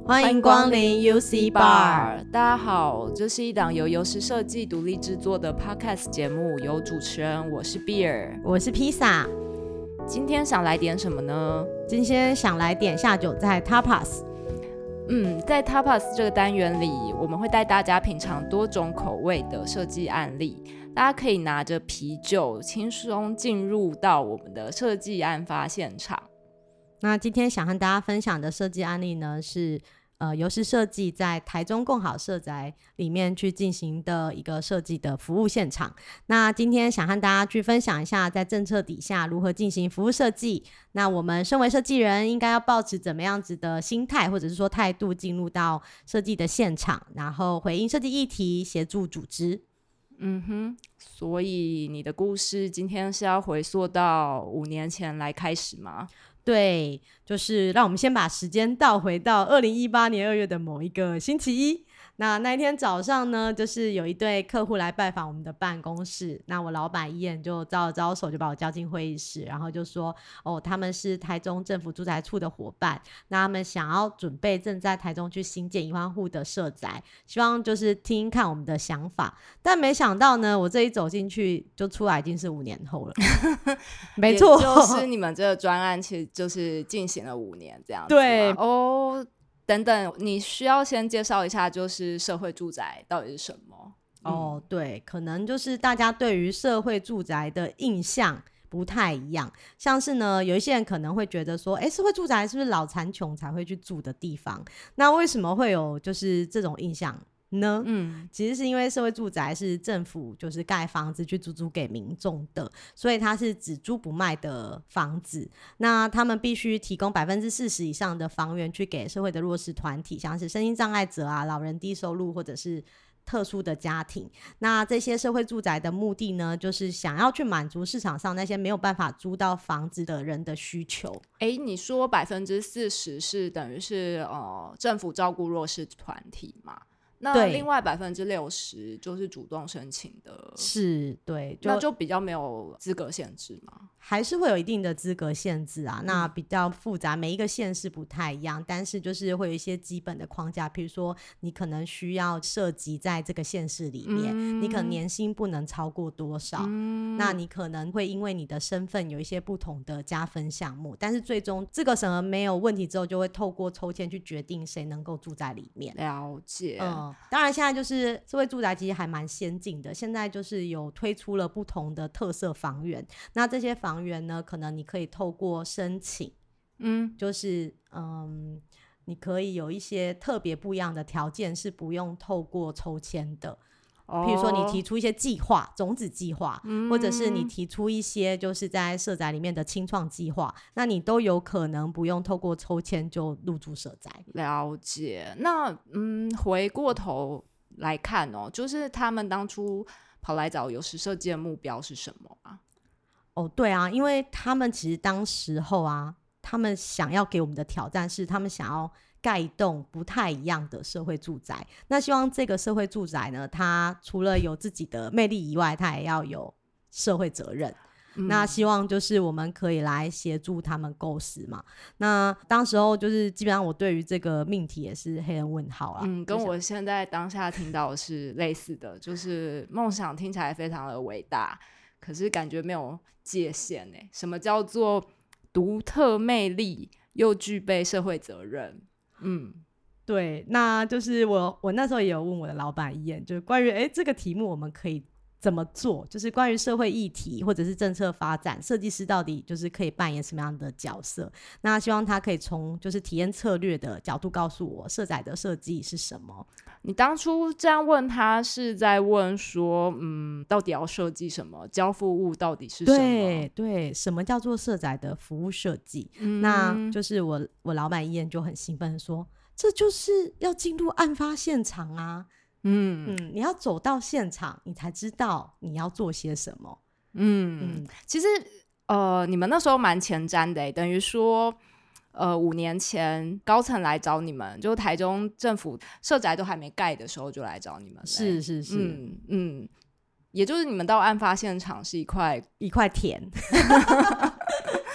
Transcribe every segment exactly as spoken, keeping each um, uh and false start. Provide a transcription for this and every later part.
欢迎光临 U C Bar。 大家好，这是一档由游石设计独立制作的 Podcast 节目，由主持人我是 Beer， 我是披萨。 今天想来点什么呢？ 今天想来点下酒菜 Tapas。 嗯，在 Tapas 这个单元里，我们会带大家品尝多种口味的设计案例，大家可以拿着啤酒轻松进入到我们的设计案发现场。 那今天想和大家分享的设计案例呢，是呃游石设计在台中共好社宅里面去进行的一个设计的服务现场。那今天想和大家去分享一下在政策底下如何进行服务设计，那我们身为设计人应该要抱持怎么样子的心态或者是说态度进入到设计的现场，然后回应设计议题，协助组织。 嗯哼，所以你的故事今天是要回溯到五年前来开始吗？ 对，就是让我们先把时间倒回到二零一八年二月的某一个星期一。那那一天早上呢，就是有一对客户来拜访我们的办公室，那我老板一眼就招了招手，就把我叫进会议室，然后就说哦，他们是台中政府住宅处的伙伴，那他们想要准备正在台中去新建一万户的社宅，希望就是听听看我们的想法。但没想到呢，我这一走进去就出来已经是五年后了没错， 也就是你们这个专案其实就是进行了五年这样子。 对哦，等等，你需要先介绍一下就是社会住宅到底是什么。 哦、嗯，对，可能就是大家对于社会住宅的印象不太一样，像是呢有一些人可能会觉得说，哎，社会住宅是不是老残穷才会去住的地方？那为什么会有就是这种印象呢？嗯，其实是因为社会住宅是政府就是盖房子去租租给民众的，所以它是只租不卖的房子。那他们必须提供百分之四十以上的房源去给社会的弱势团体，像是身心障碍者啊、老人低收入或者是特殊的家庭。那这些社会住宅的目的呢，就是想要去满足市场上那些没有办法租到房子的人的需求。 哎，你说百分之四十是等于是呃政府照顾弱势团体嘛？那另外百分之六十就是主动申请的， 是，对，就那就比较没有资格限制嘛？ 还是会有一定的资格限制啊，那比较复杂，每一个县市不太一样，但是就是会有一些基本的框架，比如说你可能需要涉及在这个县市里面、嗯、你可能年薪不能超过多少、嗯、那你可能会因为你的身份有一些不同的加分项目，但是最终这个审核没有问题之后，就会透过抽签去决定谁能够住在里面。 了解。 嗯，当然现在就是社会住宅其实还蛮先进的，现在就是有推出了不同的特色房源，那这些房源呢可能你可以透过申请，嗯，就是嗯，你可以有一些特别不一样的条件是不用透过抽签的，比如说你提出一些计划，种子计划、嗯、或者是你提出一些就是在社宅里面的青创计划，那你都有可能不用透过抽签就入住社宅。 了解。那嗯，回过头来看哦，就是他们当初跑来找游石设计的目标是什么啊？ 哦，对啊，因为他们其实当时候啊，他们想要给我们的挑战是他们想要盖一栋不太一样的社会住宅，那希望这个社会住宅呢，它除了有自己的魅力以外，它也要有社会责任、嗯、那希望就是我们可以来协助他们构思嘛。那当时候就是基本上我对于这个命题也是黑人问号啦， 嗯，跟我现在当下听到的是类似的，就是梦想听起来非常的伟大，可是感觉没有界限耶。什么叫做独特魅力又具备社会责任？嗯， 对，那就是我我那时候也有问我的老板一眼，就是关于哎这个题目我们可以怎么做，就是关于社会议题或者是政策发展，设计师到底就是可以扮演什么样的角色。那希望他可以从就是体验策略的角度告诉我社宅的设计是什么。 你当初这样问他是在问说嗯，到底要设计什么，交付物到底是什么？ 对对，什么叫做社宅的服务设计、嗯、那就是我我老板一眼就很兴奋说，这就是要进入案发现场啊。嗯嗯，你要走到现场你才知道你要做些什么。 嗯, 嗯其实呃，你们那时候蛮前瞻的，等于说呃，五年前高层来找你们，就台中政府社宅都还没盖的时候就来找你们。 是是是， 嗯嗯，也就是你们到案发现场是一块一块田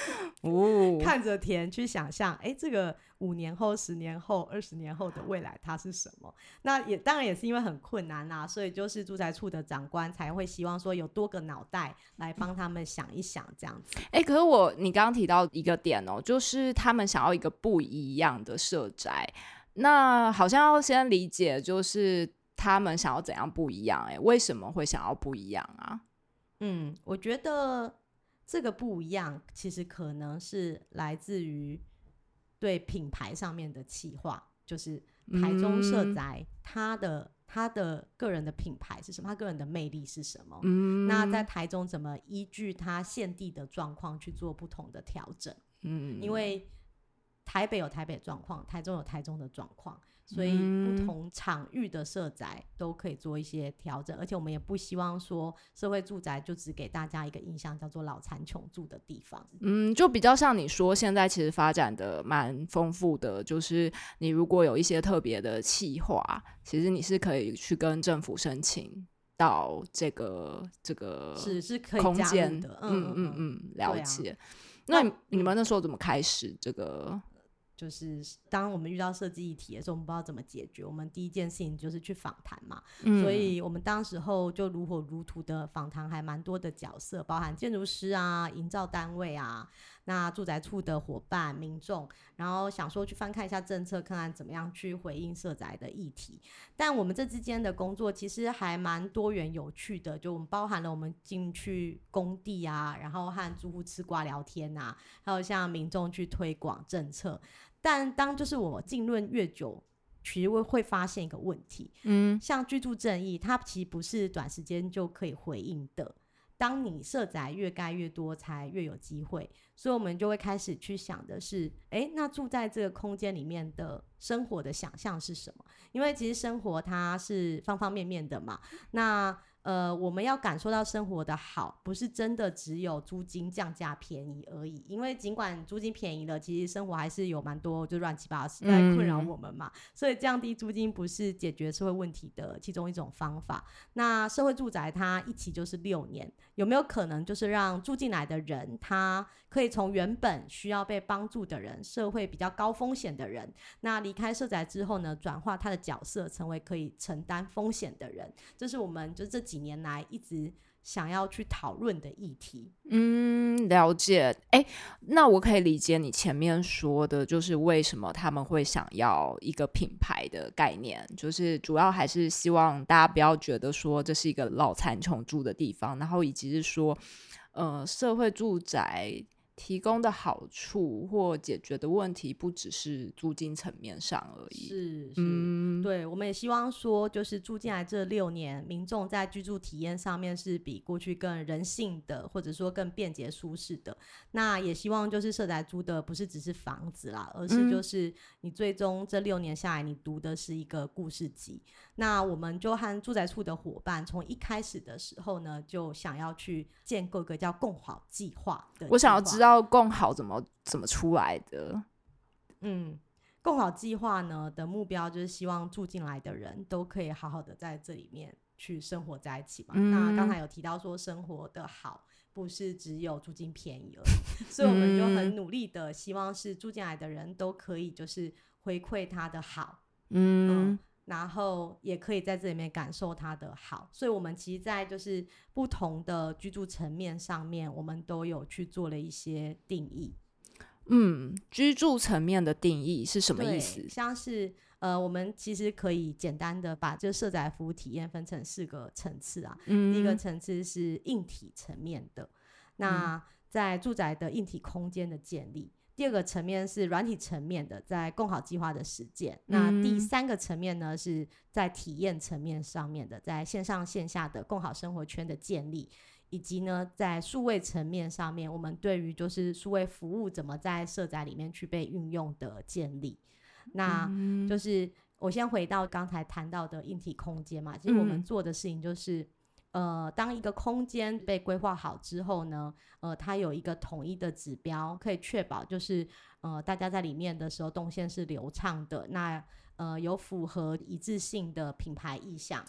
哦， 看着田去想象，哎，这个五年后、十年后、二十年后的未来它是什么？那也当然也是因为很困难啦，所以就是住宅处的长官才会希望说有多个脑袋来帮他们想一想这样子。 哎，可是我你刚刚提到一个点哦，就是他们想要一个不一样的社宅，那好像要先理解就是他们想要怎样不一样，哎，为什么会想要不一样啊？ 嗯，我觉得这个不一样其实可能是来自于对品牌上面的企划，就是台中社宅他的、嗯、他的个人的品牌是什么，他个人的魅力是什么、嗯、那在台中怎么依据他现地的状况去做不同的调整、嗯、因为台北有台北状况，台中有台中的状况，所以不同场域的社宅都可以做一些调整，而且我们也不希望说社会住宅就只给大家一个印象叫做老残穷住的地方。 嗯，就比较像你说现在其实发展的蛮丰富的，就是你如果有一些特别的企划，其实你是可以去跟政府申请到这个这个是是可以空间的。 嗯嗯嗯嗯，了解、啊、那 你,、嗯、你们那时候怎么开始这个？ 就是当我们遇到设计议题的时候，我们不知道怎么解决，我们第一件事情就是去访谈嘛、嗯、所以我们当时候就如火如荼的访谈还蛮多的角色，包含建筑师啊、营造单位啊，那住宅处的伙伴、民众，然后想说去翻看一下政策，看看怎么样去回应社宅的议题。但我们这之间的工作其实还蛮多元有趣的，就我们包含了我们进去工地啊，然后和住户吃瓜聊天啊，还有像民众去推广政策。但当就是我浸润越久，其实会发现一个问题，嗯，像居住正义它其实不是短时间就可以回应的，当你社宅越盖越多才越有机会，所以我们就会开始去想的是，哎，那住在这个空间里面的生活的想象是什么？因为其实生活它是方方面面的嘛，那呃，我们要感受到生活的好，不是真的只有租金降价便宜而已，因为尽管租金便宜了，其实生活还是有蛮多就乱七八糟在困扰我们嘛、嗯、所以降低租金不是解决社会问题的其中一种方法。那社会住宅它一期就是六年，有没有可能就是让住进来的人他可以从原本需要被帮助的人，社会比较高风险的人，那离开社宅之后呢，转化他的角色成为可以承担风险的人，这是我们就这几年来一直想要去讨论的议题。 嗯，了解。哎，那我可以理解你前面说的就是为什么他们会想要一个品牌的概念，就是主要还是希望大家不要觉得说这是一个老残穷住的地方，然后以及是说呃，社会住宅提供的好处或解决的问题不只是租金层面上而已。 是是、嗯、对，我们也希望说就是住进来这六年，民众在居住体验上面是比过去更人性的，或者说更便捷舒适的。那也希望就是社宅租的不是只是房子啦，而是就是你最终这六年下来你读的是一个故事集。那我们就和住宅处的伙伴从一开始的时候呢，就想要去建构一个叫共好计划的计划。 我想要知道共好怎么怎么出来的。 嗯，共好计划呢的目标就是希望住进来的人都可以好好的在这里面去生活在一起嘛、嗯、那刚才有提到说生活的好不是只有租金便宜而已，所以我们就很努力的希望是住进来的人都可以就是回馈他的好， 嗯, 嗯然后也可以在这里面感受它的好，所以我们其实在就是不同的居住层面上面我们都有去做了一些定义。 嗯，居住层面的定义是什么意思？ 像是呃，我们其实可以简单的把这社宅服务体验分成四个层次啊、嗯、第一个层次是硬体层面的，那在住宅的硬体空间的建立，第二个层面是软体层面的，在共好计划的实践、嗯、那第三个层面呢是在体验层面上面的，在线上线下的共好生活圈的建立，以及呢在数位层面上面我们对于就是数位服务怎么在社宅里面去被运用的建立。那就是我先回到刚才谈到的硬体空间嘛，其实我们做的事情就是呃，当一个空间被规划好之后呢，呃，它有一个统一的指标，可以确保就是呃，大家在里面的时候动线是流畅的，那呃，有符合一致性的品牌意向。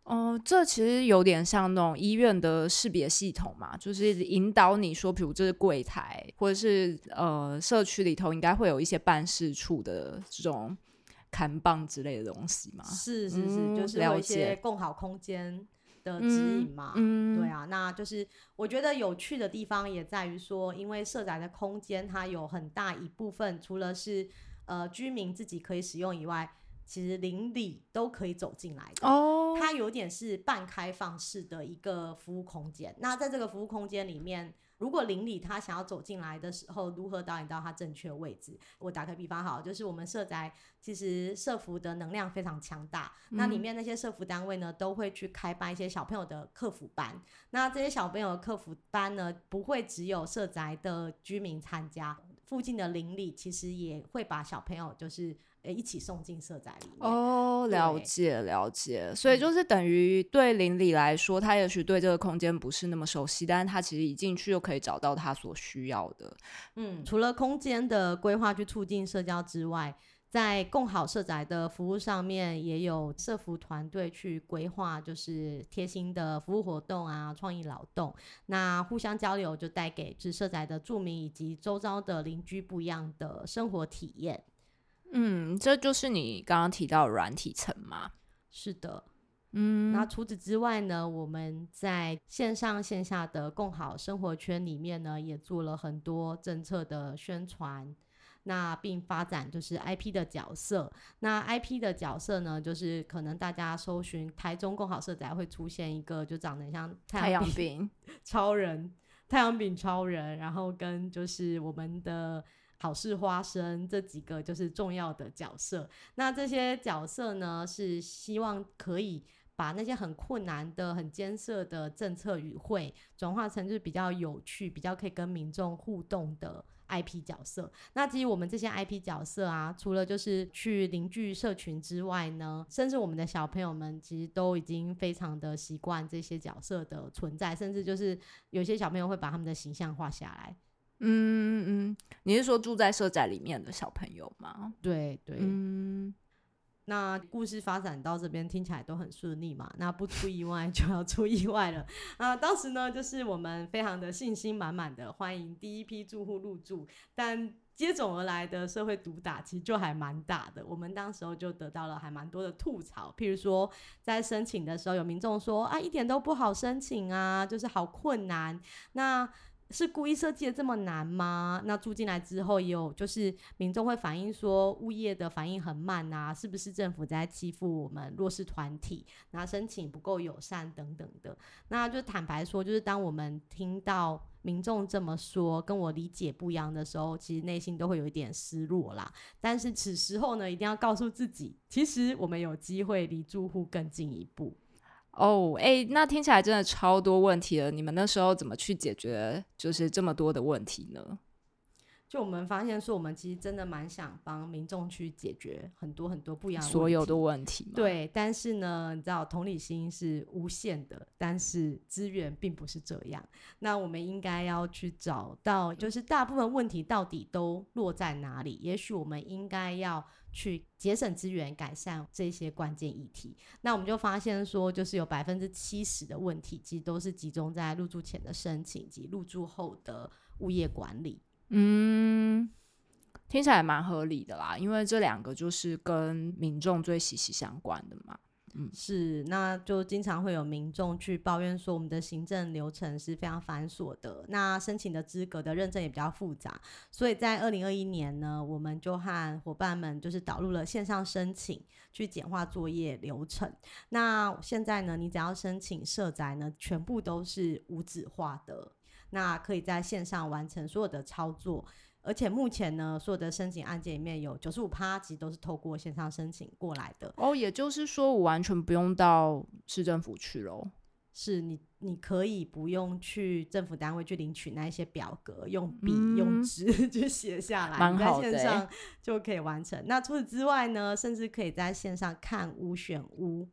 哦，这其实有点像那种医院的识别系统嘛，就是引导你说，比如这是柜台，或者是呃社区里头应该会有一些办事处的这种看棒之类的东西嘛。 是是是， 嗯， 就是会有一些了解。 共好空间的指引嗯嘛。对嗯， 啊，那就是我觉得有趣的地方也在于说，因为社宅的空间它有很大一部分除了是呃居民自己可以使用以外，其实邻里都可以走进来的。 哦， 它有点是半开放式的一个服务空间。那在这个服务空间里面，如果邻里他想要走进来的时候，如何导引到他正确位置？我打个比方好，就是我们社宅其实社服的能量非常强大， 嗯、 那里面那些社服单位呢，都会去开办一些小朋友的客服班。那这些小朋友的客服班呢，不会只有社宅的居民参加，附近的邻里其实也会把小朋友就是一起送进社宅里面。 哦，了解了解，所以就是等于对邻里来说，他也许对这个空间不是那么熟悉，但是他其实一进去就可以找到他所需要的。 嗯，除了空间的规划去促进社交之外，在共好社宅的服务上面，也有社服团队去规划，就是贴心的服务活动啊，创意劳动，那互相交流，就带给是社宅的住民以及周遭的邻居不一样的生活体验。 嗯，这就是你刚刚提到的软体层嘛？ 是的。 嗯， 那除此之外呢，我们在线上线下的共好生活圈里面呢，也做了很多政策的宣传，那并发展就是 I P 的角色。那 I P 的角色呢，就是可能大家搜寻台中共好社宅会出现一个就长得像太阳饼超人太阳饼超人，然后跟就是我们的好事花生这几个就是重要的角色。那这些角色呢，是希望可以把那些很困难的很艰涩的政策语汇转化成就是比较有趣比较可以跟民众互动的 I P 角色。那基于我们这些 I P 角色啊，除了就是去凝聚社群之外呢，甚至我们的小朋友们其实都已经非常的习惯这些角色的存在，甚至就是有些小朋友会把他们的形象画下来。 嗯嗯，你是说住在社宅里面的小朋友吗？ 对对。 嗯， 那故事发展到这边听起来都很顺利嘛，那不出意外就要出意外了啊！当时呢，就是我们非常的信心满满的欢迎第一批住户入住，但接踵而来的社会毒打其实就还蛮大的。我们当时候就得到了还蛮多的吐槽，譬如说在申请的时候，有民众说啊，一点都不好申请啊，就是好困难。那是故意设计的这么难吗？那住进来之后也有就是民众会反映说物业的反应很慢啊，是不是政府在欺负我们弱势团体，那申请不够友善等等的。那就坦白说，就是当我们听到民众这么说跟我理解不一样的时候，其实内心都会有一点失落啦。但是此时候呢，一定要告诉自己，其实我们有机会离住户更进一步。 哦，哎，那听起来真的超多问题了，你们那时候怎么去解决就是这么多的问题呢？ 就我们发现说，我们其实真的蛮想帮民众去解决很多很多不一样的问题， 所有的问题嘛。 对，但是呢，你知道同理心是无限的，但是资源并不是这样。那我们应该要去找到，就是大部分问题到底都落在哪里？也许我们应该要去节省资源，改善这些关键议题。那我们就发现说，就是有百分之七十的问题，其实都是集中在入住前的申请及入住后的物业管理。 嗯，听起来蛮合理的啦，因为这两个就是跟民众最息息相关的嘛。嗯， 是，那就经常会有民众去抱怨说，我们的行政流程是非常繁琐的，那申请的资格的认证也比较复杂，所以在二零二一年呢，我们就和伙伴们就是导入了线上申请，去简化作业流程。那现在呢，你只要申请社宅呢，全部都是无纸化的，那可以在线上完成所有的操作。而且目前呢，所有的申请案件里面有 百分之九十五 其实都是透过线上申请过来的。 哦，也就是说我完全不用到市政府去咯。 是你你可以不用去政府单位去领取那一些表格，用笔、 嗯、 用纸去写下来， 蛮好的， 你在线上就可以完成。那除此之外呢，甚至可以在线上看屋选屋，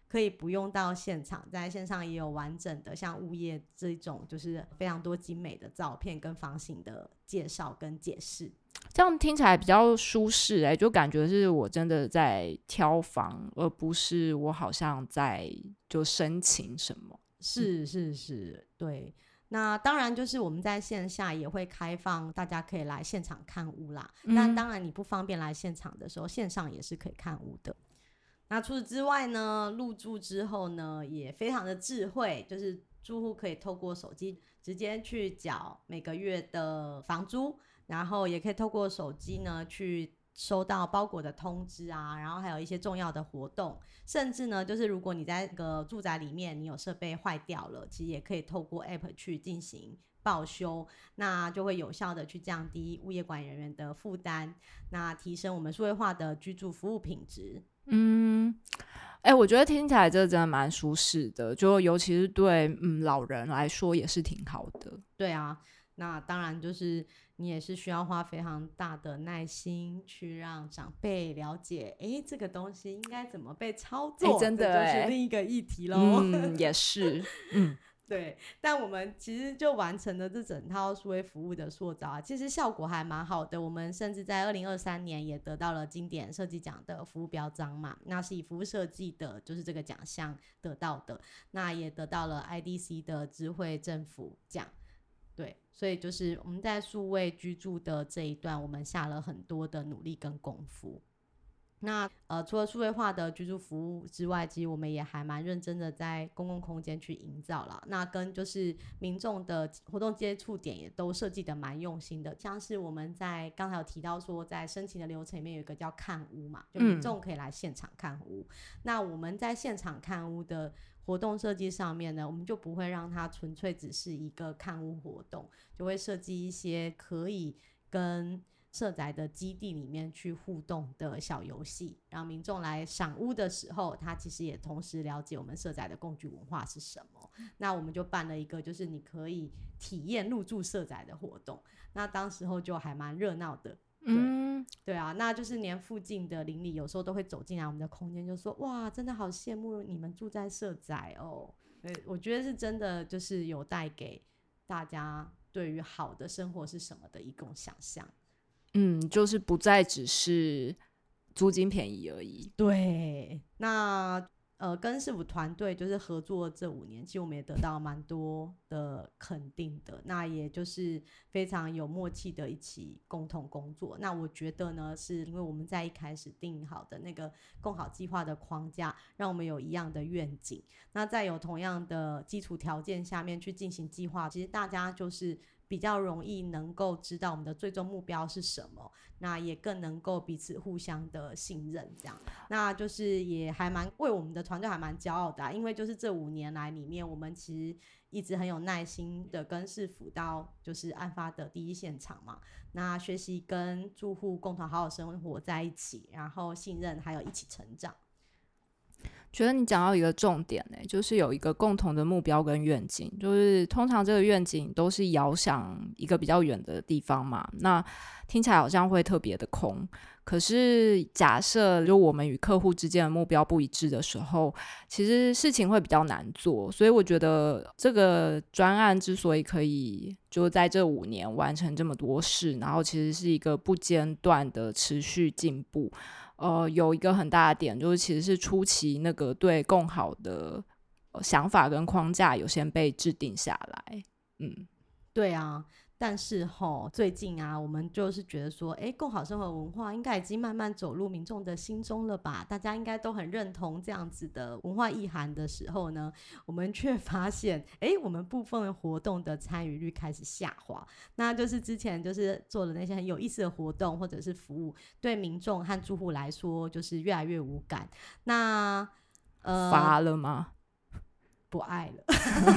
可以不用到现场，在线上也有完整的像物业这种就是非常多精美的照片跟房型的介绍跟解释。 这样听起来比较舒适、欸、就感觉是我真的在挑房，而不是我好像在就申请什么。 是是是，对。那当然就是我们在线下也会开放大家可以来现场看屋啦、嗯、但当然你不方便来现场的时候，线上也是可以看屋的。那除此之外呢，入住之后呢也非常的智慧，就是住户可以透过手机直接去缴每个月的房租，然后也可以透过手机呢去收到包裹的通知啊，然后还有一些重要的活动，甚至呢就是如果你在这个住宅里面你有设备坏掉了，其实也可以透过 App 去进行报修，那就会有效的去降低物业管理人员的负担，那提升我们数位化的居住服务品质。 嗯，哎、欸，我觉得听起来这真的蛮舒适的，就尤其是对嗯老人来说也是挺好的。 对啊，那当然就是你也是需要花非常大的耐心去让长辈了解，哎，这个东西应该怎么被操作， 欸、真的这就是另一个议题咯。 嗯，也是，嗯。 对，但我们其实就完成了这整套数位服务的塑造啊，其实效果还蛮好的。我们甚至在二零二三年也得到了经典设计奖的服务标章嘛，那是以服务设计的就是这个奖项得到的，那也得到了 I D C 的智慧政府奖。对，所以就是我们在数位居住的这一段，我们下了很多的努力跟功夫。那呃，除了数位化的居住服务之外，其实我们也还蛮认真的在公共空间去营造啦。那跟就是民众的活动接触点也都设计的蛮用心的，像是我们在刚才有提到说，在申请的流程里面有一个叫看屋嘛，就民众可以来现场看屋、嗯、那我们在现场看屋的活动设计上面呢，我们就不会让它纯粹只是一个看屋活动，就会设计一些可以跟社宅的基地里面去互动的小游戏，让民众来赏屋的时候，他其实也同时了解我们社宅的共居文化是什么。那我们就办了一个就是你可以体验入住社宅的活动，那当时候就还蛮热闹的。对、嗯、对啊，那就是连附近的邻里有时候都会走进来我们的空间，就说哇真的好羡慕你们住在社宅哦。我觉得是真的就是有带给大家对于好的生活是什么的一种想象。 嗯，就是不再只是租金便宜而已。 对，那呃，跟市府团队就是合作这五年，其实我们也得到蛮多的肯定的，那也就是非常有默契的一起共同工作。那我觉得呢，是因为我们在一开始定好的那个共好计划的框架，让我们有一样的愿景，那在有同样的基础条件下面去进行计划，其实大家就是比较容易能够知道我们的最终目标是什么，那也更能够彼此互相的信任，这样，那就是也还蛮为我们的团队还蛮骄傲的、啊、因为就是这五年来里面，我们其实一直很有耐心的跟市府到就是案发的第一现场嘛，那学习跟住户共同好好生活在一起，然后信任还有一起成长。 觉得你讲到一个重点、欸、就是有一个共同的目标跟愿景，就是通常这个愿景都是遥想一个比较远的地方嘛，那听起来好像会特别的空，可是假设就我们与客户之间的目标不一致的时候，其实事情会比较难做，所以我觉得这个专案之所以可以就在这五年完成这么多事，然后其实是一个不间断的持续进步，呃，有一个很大的点就是其实是初期那个对共好的、呃、想法跟框架有先被制定下来。嗯， 对啊，但是齁最近啊，我们就是觉得说，哎，共好生活文化应该已经慢慢走入民众的心中了吧，大家应该都很认同这样子的文化意涵的时候呢，我们却发现，哎，我们部分活动的参与率开始下滑，那就是之前就是做的那些很有意思的活动或者是服务，对民众和住户来说就是越来越无感。那呃， 乏了吗？ 不爱了。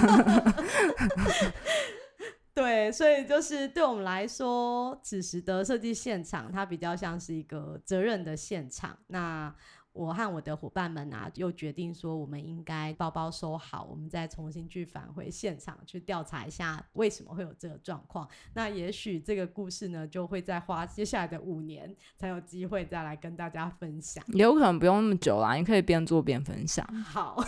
对，所以就是对我们来说，此时的设计现场它比较像是一个责任的现场，那我和我的伙伴们啊，又决定说我们应该包包收好，我们再重新去返回现场去调查一下为什么会有这个状况。那也许这个故事呢，就会再花接下来的五年才有机会再来跟大家分享。 也有可能不用那么久啦，你可以边做边分享。 好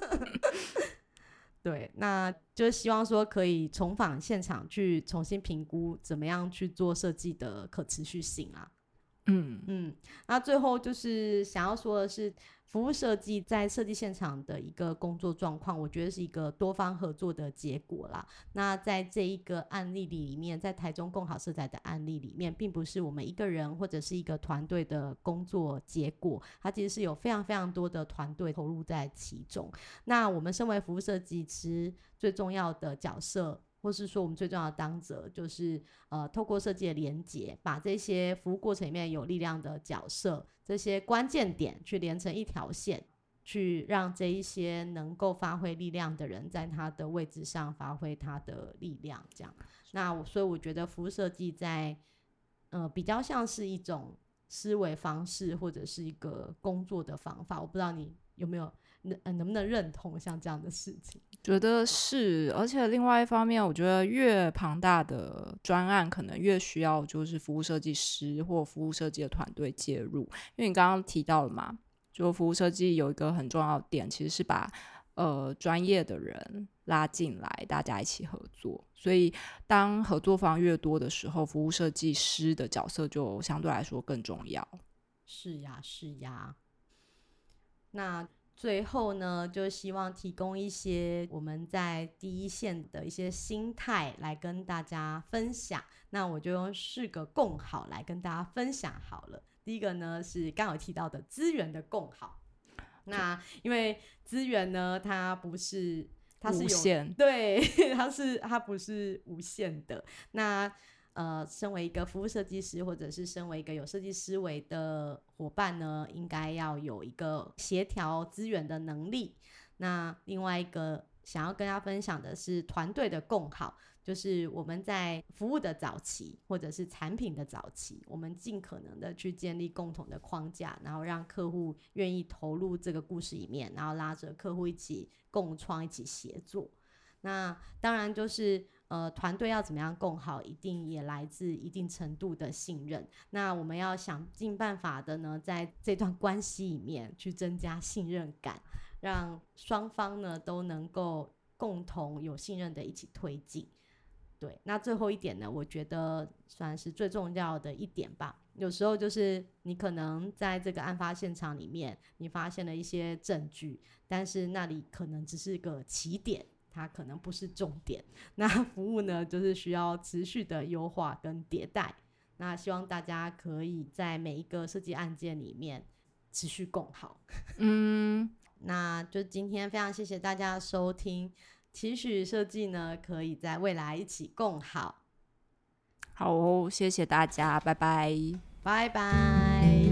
对，那就希望说可以重返现场去重新评估怎么样去做设计的可持续性啊。 嗯嗯，那最后就是想要说的是，服务设计在设计现场的一个工作状况，我觉得是一个多方合作的结果啦。那在这一个案例里面，在台中共好社宅的案例里面，并不是我们一个人或者是一个团队的工作结果，它其实是有非常非常多的团队投入在其中。那我们身为服务设计师，最重要的角色，或是说我们最重要的当责，就是呃，透过设计的连结，把这些服务过程里面有力量的角色，这些关键点去连成一条线，去让这一些能够发挥力量的人在他的位置上发挥他的力量，这样。那我所以我觉得服务设计在呃比较像是一种思维方式，或者是一个工作的方法。我不知道你有没有能能不能认同像这样的事情？ 觉得是，而且另外一方面，我觉得越庞大的专案，可能越需要就是服务设计师或服务设计的团队介入。因为你刚刚提到了嘛，就服务设计有一个很重要的点，其实是把呃专业的人拉进来，大家一起合作。所以当合作方越多的时候，服务设计师的角色就相对来说更重要。 是呀，是呀。那最后呢，就希望提供一些我们在第一线的一些心态来跟大家分享。那我就用四个共好来跟大家分享好了。第一个呢是刚有提到的资源的共好。那因为资源呢，它不是它是有无限， 对，它是它不是无限的。那呃，身为一个服务设计师，或者是身为一个有设计思维的伙伴呢，应该要有一个协调资源的能力。那另外一个想要跟大家分享的是团队的共好，就是我们在服务的早期或者是产品的早期，我们尽可能的去建立共同的框架，然后让客户愿意投入这个故事里面，然后拉着客户一起共创，一起协作。那当然就是呃，团队要怎么样共好，一定也来自一定程度的信任。那我们要想尽办法的呢，在这段关系里面去增加信任感，让双方呢都能够共同有信任的一起推进。对，那最后一点呢，我觉得算是最重要的一点吧。有时候就是你可能在这个案发现场里面，你发现了一些证据，但是那里可能只是个起点，它可能不是重点。那服务呢，就是需要持续的优化跟迭代。那希望大家可以在每一个设计案件里面持续共好。 嗯， 那就今天非常谢谢大家的收听，期许设计呢可以在未来一起共好。 好哦，谢谢大家，拜拜， 拜拜。